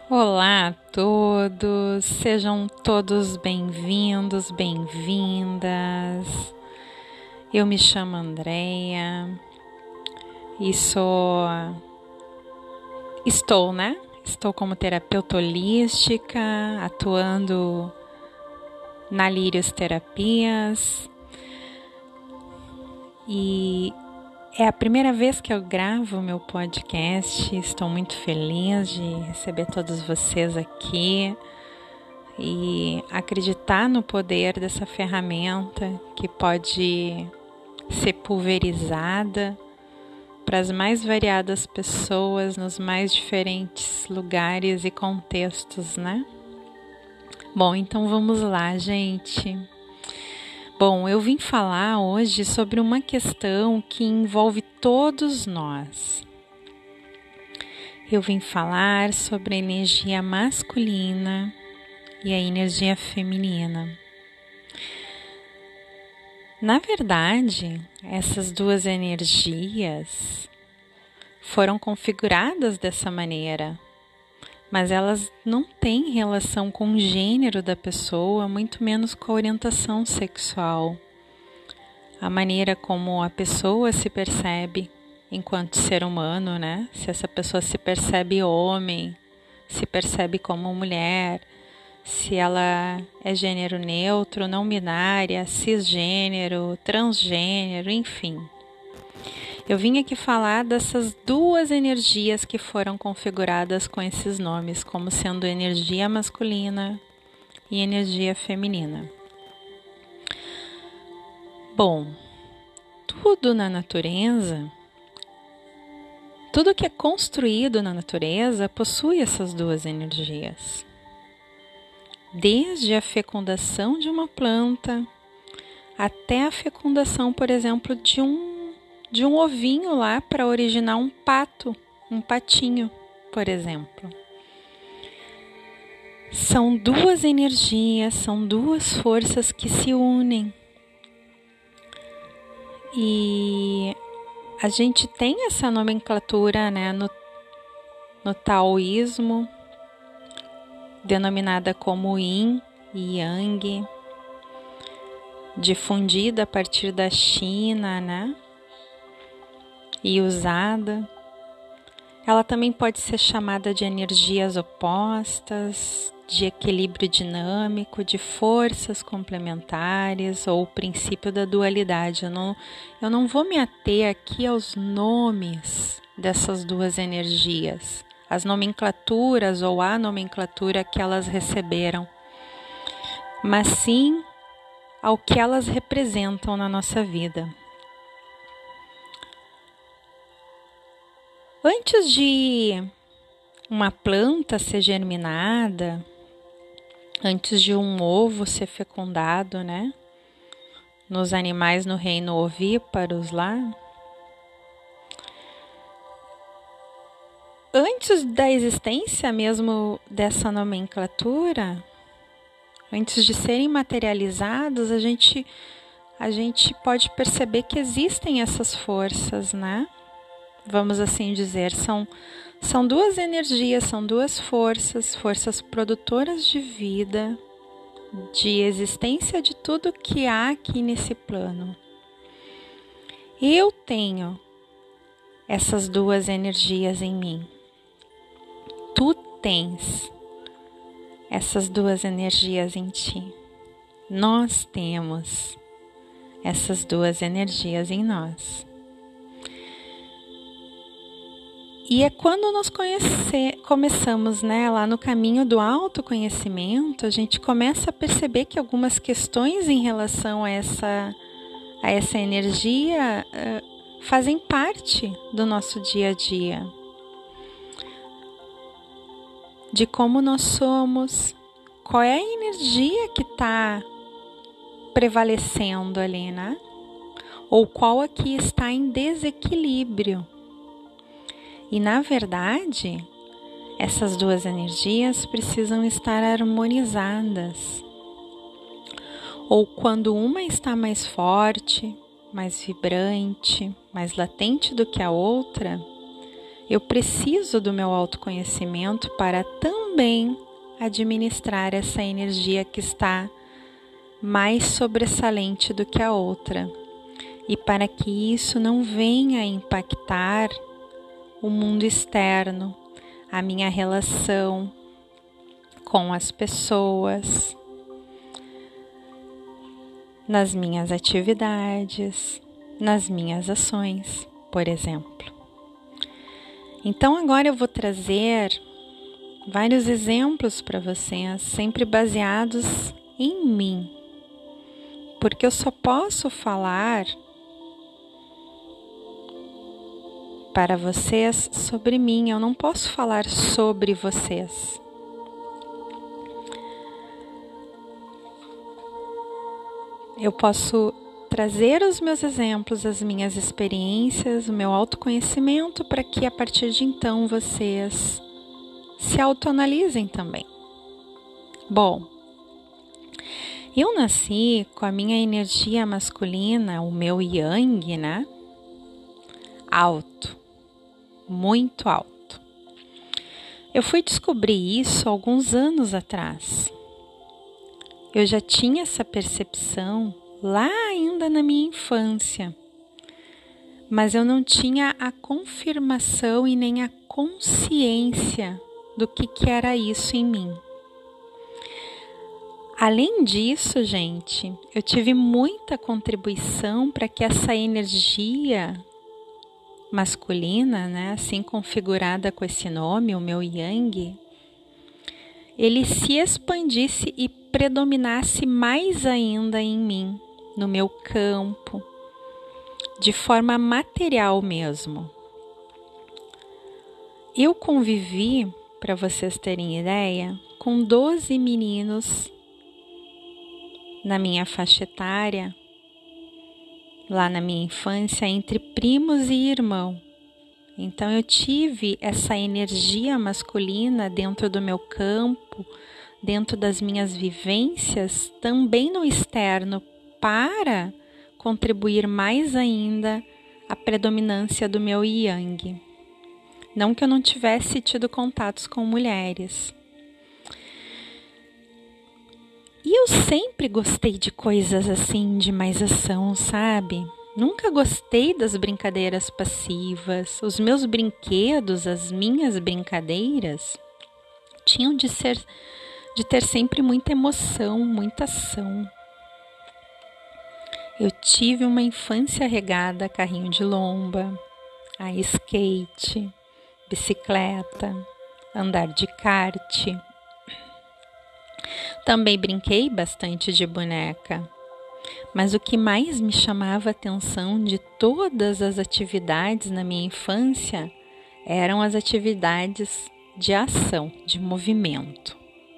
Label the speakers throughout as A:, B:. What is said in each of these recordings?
A: Olá a todos, sejam todos bem-vindos, bem-vindas. Eu me chamo Andreia e Estou como terapeuta holística, atuando na Lírios Terapias e é a primeira vez que eu gravo meu podcast. Estou muito feliz de receber todos vocês aqui e acreditar no poder dessa ferramenta que pode ser pulverizada para as mais variadas pessoas nos mais diferentes lugares e contextos, né? Bom, então vamos lá, gente. Bom, eu vim falar hoje sobre uma questão que envolve todos nós. Eu vim falar sobre a energia masculina e a energia feminina. Na verdade, essas duas energias foram configuradas dessa maneira, mas elas não têm relação com o gênero da pessoa, muito menos com a orientação sexual. A maneira como a pessoa se percebe enquanto ser humano, né? Se essa pessoa se percebe homem, se percebe como mulher, se ela é gênero neutro, não binária, cisgênero, transgênero, enfim. Eu vim aqui falar dessas duas energias que foram configuradas com esses nomes, como sendo energia masculina e energia feminina. Bom, tudo na natureza, tudo que é construído na natureza possui essas duas energias. Desde a fecundação de uma planta até a fecundação, por exemplo, de um ovinho lá para originar um patinho, por exemplo. São duas energias, são duas forças que se unem. E a gente tem essa nomenclatura, né, no taoísmo, denominada como Yin e Yang, difundida a partir da China, né? E usada. Ela também pode ser chamada de energias opostas, de equilíbrio dinâmico, de forças complementares ou o princípio da dualidade. Eu não vou me ater aqui aos nomes dessas duas energias, as nomenclaturas ou a nomenclatura que elas receberam, mas sim ao que elas representam na nossa vida. Antes de uma planta ser germinada, antes de um ovo ser fecundado, né? Nos animais no reino ovíparos lá, antes da existência mesmo dessa nomenclatura, antes de serem materializados, a gente pode perceber que existem essas forças, né? Vamos assim dizer, são duas energias, são duas forças produtoras de vida, de existência de tudo que há aqui nesse plano. Eu tenho essas duas energias em mim. Tu tens essas duas energias em ti. Nós temos essas duas energias em nós. E é quando nós começamos, né, lá no caminho do autoconhecimento, a gente começa a perceber que algumas questões em relação a essa energia fazem parte do nosso dia a dia. De como nós somos, qual é a energia que está prevalecendo ali, né? Ou qual aqui está em desequilíbrio. E, na verdade, essas duas energias precisam estar harmonizadas. Ou quando uma está mais forte, mais vibrante, mais latente do que a outra, Eu preciso do meu autoconhecimento para também administrar essa energia que está mais sobressalente do que a outra. E para que isso não venha impactar o mundo externo, a minha relação com as pessoas, nas minhas atividades, nas minhas ações, por exemplo. Então agora eu vou trazer vários exemplos para vocês, sempre baseados em mim, porque eu só posso falar para vocês sobre mim, eu não posso falar sobre vocês. Eu posso trazer os meus exemplos, as minhas experiências, o meu autoconhecimento, para que a partir de então vocês se autoanalisem também. Bom, eu nasci com a minha energia masculina, o meu yang, né? Alto, muito alto. Eu fui descobrir isso alguns anos atrás. Eu já tinha essa percepção lá ainda na minha infância, mas eu não tinha a confirmação e nem a consciência do que era isso em mim. Além disso, gente, eu tive muita contribuição para que essa energia masculina, né, assim configurada com esse nome, o meu yang, ele se expandisse e predominasse mais ainda em mim, no meu campo, de forma material mesmo. Eu convivi, para vocês terem ideia, com 12 meninos na minha faixa etária, lá na minha infância, entre primos e irmão. Então eu tive essa energia masculina dentro do meu campo, dentro das minhas vivências, também no externo, para contribuir mais ainda à predominância do meu yang. Não que eu não tivesse tido contatos com mulheres. E eu sempre gostei de coisas assim, de mais ação, sabe? Nunca gostei das brincadeiras passivas. Os meus brinquedos, as minhas brincadeiras, tinham de ter sempre muita emoção, muita ação. Eu tive uma infância regada a carrinho de lomba, a skate, bicicleta, andar de kart. Também brinquei bastante de boneca, mas o que mais me chamava a atenção de todas as atividades na minha infância eram as atividades de ação, de movimento.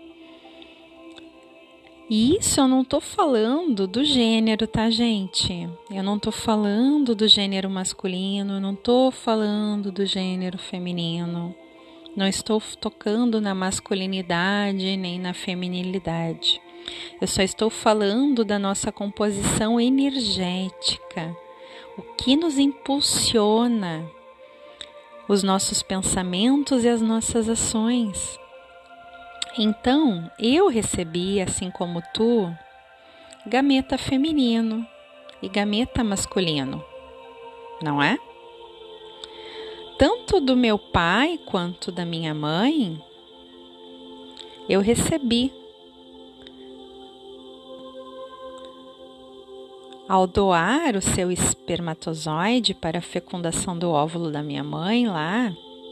A: E isso eu não estou falando do gênero, tá, gente? Eu não estou falando do gênero masculino, eu não estou falando do gênero feminino. Não estou tocando na masculinidade nem na feminilidade. Eu só estou falando da nossa composição energética, o que nos impulsiona, os nossos pensamentos e as nossas ações. Então, eu recebi, assim como tu, gameta feminino e gameta masculino, não é? Tanto do meu pai quanto da minha mãe, eu recebi. Ao doar o seu espermatozoide para a fecundação do óvulo da minha mãe lá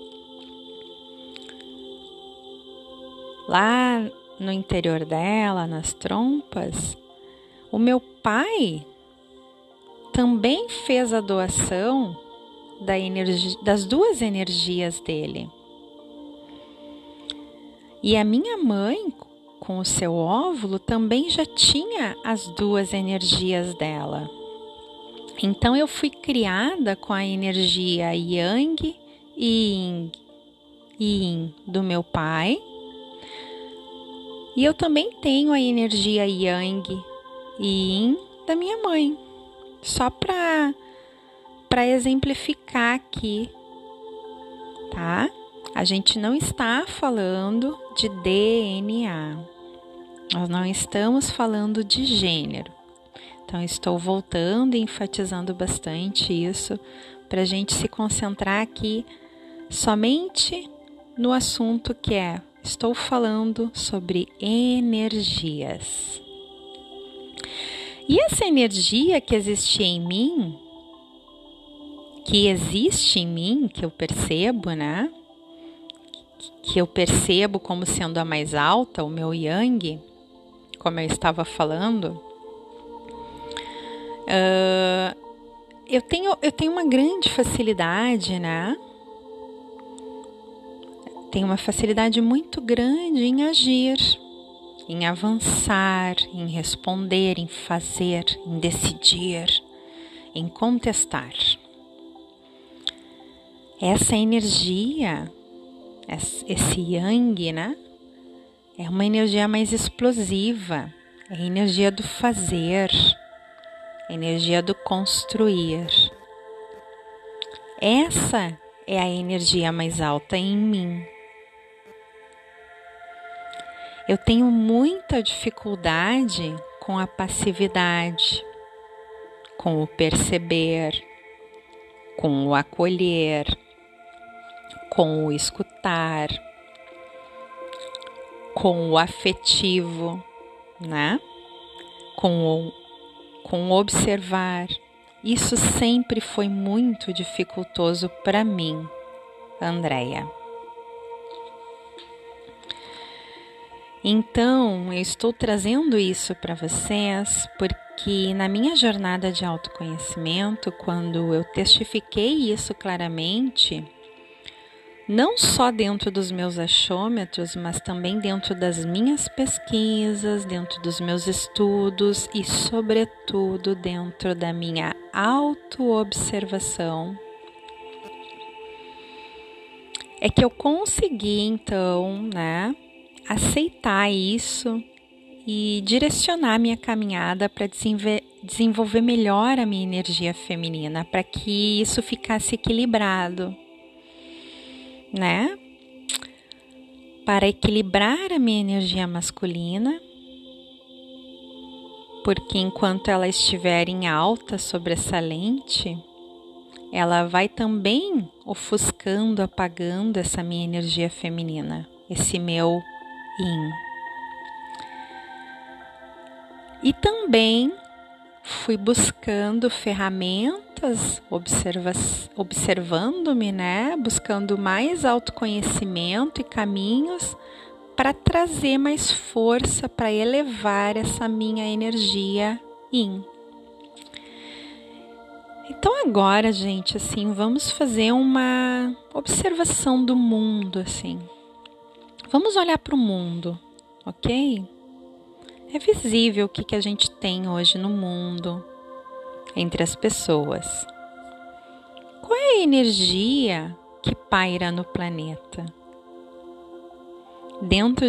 A: no interior dela, nas trompas, o meu pai também fez a doação das duas energias dele. E a minha mãe, com o seu óvulo, também já tinha as duas energias dela. Então eu fui criada com a energia Yang e Yin do meu pai. E eu também tenho a energia Yang e Yin da minha mãe. Só para exemplificar aqui, tá? A gente não está falando de DNA. Nós não estamos falando de gênero. Então, estou voltando e enfatizando bastante isso para a gente se concentrar aqui somente no assunto que é: estou falando sobre energias. E essa energia que existe em mim, que eu percebo, né? Que eu percebo como sendo a mais alta, o meu Yang, como eu estava falando, eu tenho uma grande facilidade, né? Tenho uma facilidade muito grande em agir, em avançar, em responder, em fazer, em decidir, em contestar. Essa energia, esse Yang, né? É uma energia mais explosiva, é a energia do fazer, a energia do construir. Essa é a energia mais alta em mim. Eu tenho muita dificuldade com a passividade, com o perceber, com o acolher, com o escutar, com o afetivo, né? Com o observar. Isso sempre foi muito dificultoso para mim, Andréia. Então, eu estou trazendo isso para vocês porque na minha jornada de autoconhecimento, quando eu testifiquei isso claramente, não só dentro dos meus achômetros, mas também dentro das minhas pesquisas, dentro dos meus estudos e, sobretudo, dentro da minha autoobservação, é que eu consegui, então, né, aceitar isso e direcionar minha caminhada para desenvolver melhor a minha energia feminina, para que isso ficasse equilibrado, né? Para equilibrar a minha energia masculina, porque enquanto ela estiver em alta, sobressalente, ela vai também ofuscando, apagando essa minha energia feminina, esse meu Yin. E também fui buscando ferramentas, observando-me, né? Buscando mais autoconhecimento e caminhos para trazer mais força, para elevar essa minha energia Yin. Então agora, gente, assim, vamos fazer uma observação do mundo, assim. Vamos olhar para o mundo, ok? É visível o que a gente tem hoje no mundo, entre as pessoas. Qual é a energia que paira no planeta? Dentro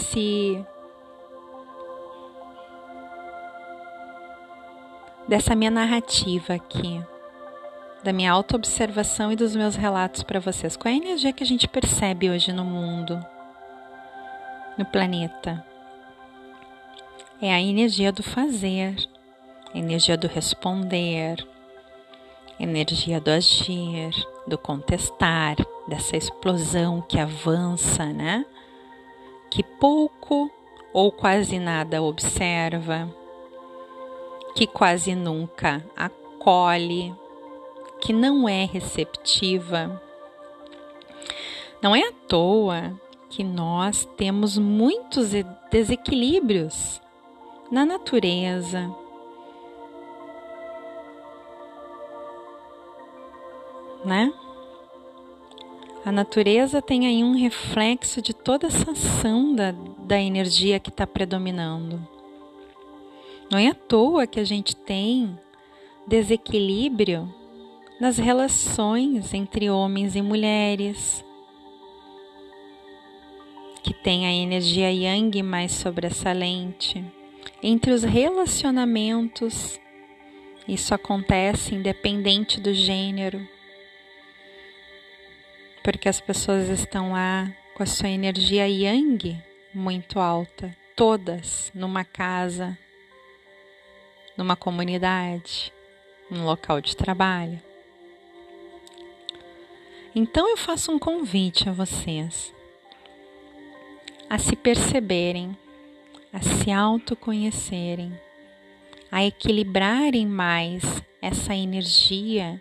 A: dessa minha narrativa aqui, da minha autoobservação e dos meus relatos para vocês. Qual é a energia que a gente percebe hoje no mundo, no planeta? É a energia do fazer, a energia do responder, a energia do agir, do contestar, dessa explosão que avança, né? Que pouco ou quase nada observa, que quase nunca acolhe, que não é receptiva. Não é à toa que nós temos muitos desequilíbrios na natureza, né? A natureza tem aí um reflexo de toda essa ação da energia que está predominando. Não é à toa que a gente tem desequilíbrio nas relações entre homens e mulheres, que tem a energia Yang mais sobressalente. Entre os relacionamentos, isso acontece independente do gênero. porque as pessoas estão lá com a sua energia yang muito alta, todas numa casa, numa comunidade, num local de trabalho. Então eu faço um convite a vocês a se perceberem, a se autoconhecerem, a equilibrarem mais essa energia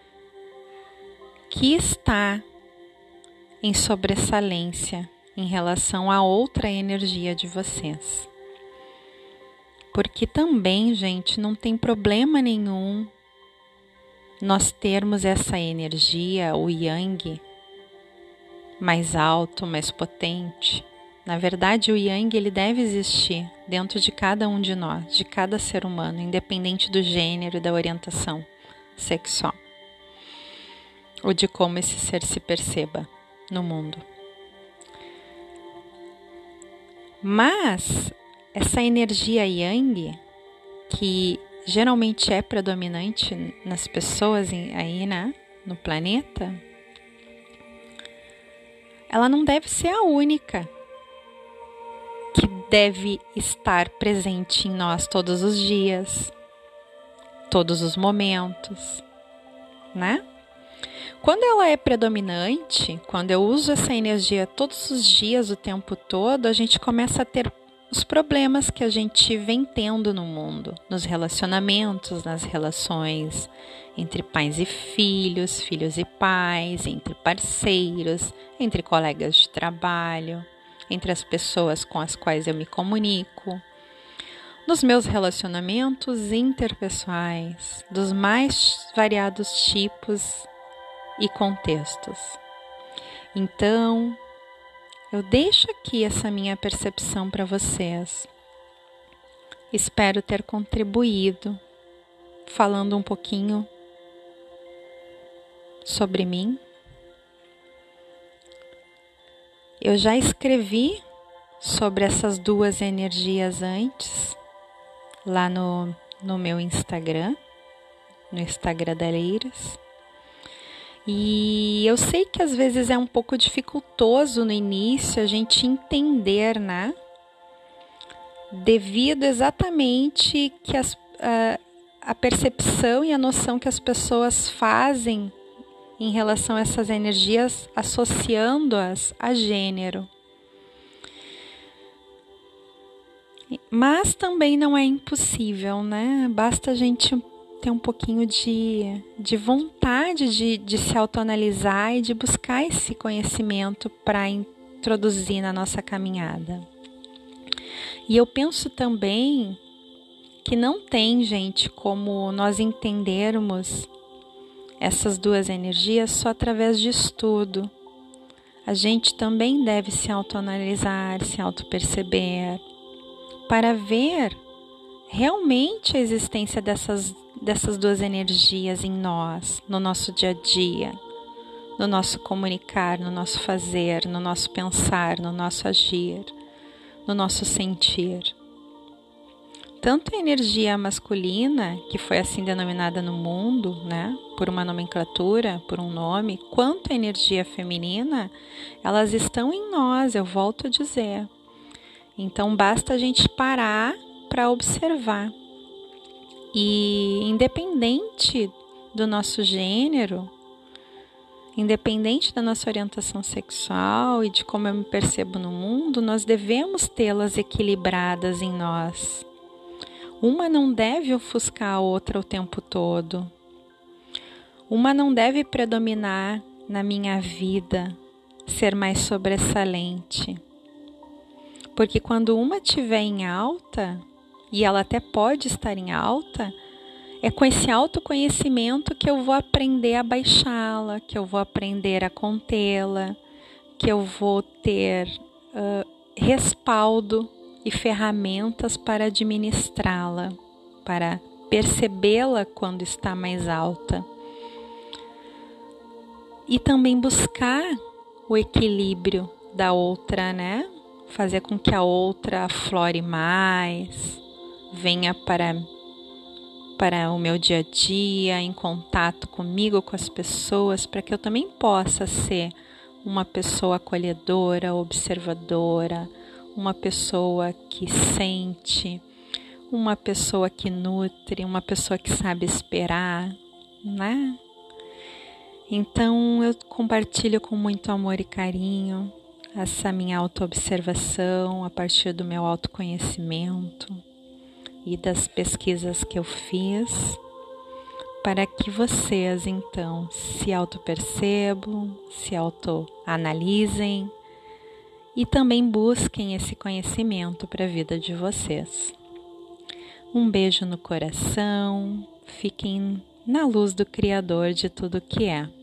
A: que está em sobressalência em relação a outra energia de vocês. Porque também, gente, não tem problema nenhum nós termos essa energia, o yang, mais alto, mais potente. Na verdade, o yang ele deve existir dentro de cada um de nós, de cada ser humano, independente do gênero e da orientação sexual, ou de como esse ser se perceba no mundo. Mas essa energia yang, que geralmente é predominante nas pessoas aí, né, no planeta, ela não deve ser a única que deve estar presente em nós todos os dias, todos os momentos, né? Quando ela é predominante, quando eu uso essa energia todos os dias, o tempo todo, a gente começa a ter os problemas que a gente vem tendo no mundo, nos relacionamentos, nas relações entre pais e filhos, filhos e pais, entre parceiros, entre colegas de trabalho, entre as pessoas com as quais eu me comunico, nos meus relacionamentos interpessoais, dos mais variados tipos e contextos. Então, eu deixo aqui essa minha percepção para vocês. Espero ter contribuído, falando um pouquinho sobre mim. Eu já escrevi sobre essas duas energias antes, lá no meu Instagram, no Instagram da Leiras. E eu sei que às vezes é um pouco dificultoso no início a gente entender, né? Devido exatamente que a percepção e a noção que as pessoas fazem em relação a essas energias, associando-as a gênero. Mas também não é impossível, né? Basta a gente ter um pouquinho de vontade de se autoanalisar e de buscar esse conhecimento para introduzir na nossa caminhada. E eu penso também que não tem, gente, como nós entendermos essas duas energias só através de estudo. A gente também deve se autoanalisar, se autoperceber, para ver realmente a existência dessas duas energias em nós, no nosso dia a dia, no nosso comunicar, no nosso fazer, no nosso pensar, no nosso agir, no nosso sentir. Tanto a energia masculina, que foi assim denominada no mundo, né, por uma nomenclatura, por um nome, quanto a energia feminina, elas estão em nós, eu volto a dizer. Então basta a gente parar para observar. E independente do nosso gênero, independente da nossa orientação sexual e de como eu me percebo no mundo, nós devemos tê-las equilibradas em nós. Uma não deve ofuscar a outra o tempo todo. Uma não deve predominar na minha vida, ser mais sobressalente. Porque quando uma estiver em alta, e ela até pode estar em alta, é com esse autoconhecimento que eu vou aprender a baixá-la, que eu vou aprender a contê-la, que eu vou ter respaldo e ferramentas para administrá-la, para percebê-la quando está mais alta. E também buscar o equilíbrio da outra, né? Fazer com que a outra aflore mais, venha para o meu dia a dia, em contato comigo, com as pessoas, para que eu também possa ser uma pessoa acolhedora, observadora, uma pessoa que sente, uma pessoa que nutre, uma pessoa que sabe esperar, né? Então eu compartilho com muito amor e carinho essa minha autoobservação a partir do meu autoconhecimento e das pesquisas que eu fiz, para que vocês então se autopercebam, se autoanalisem e também busquem esse conhecimento para a vida de vocês. Um beijo no coração, fiquem na luz do Criador de tudo que é.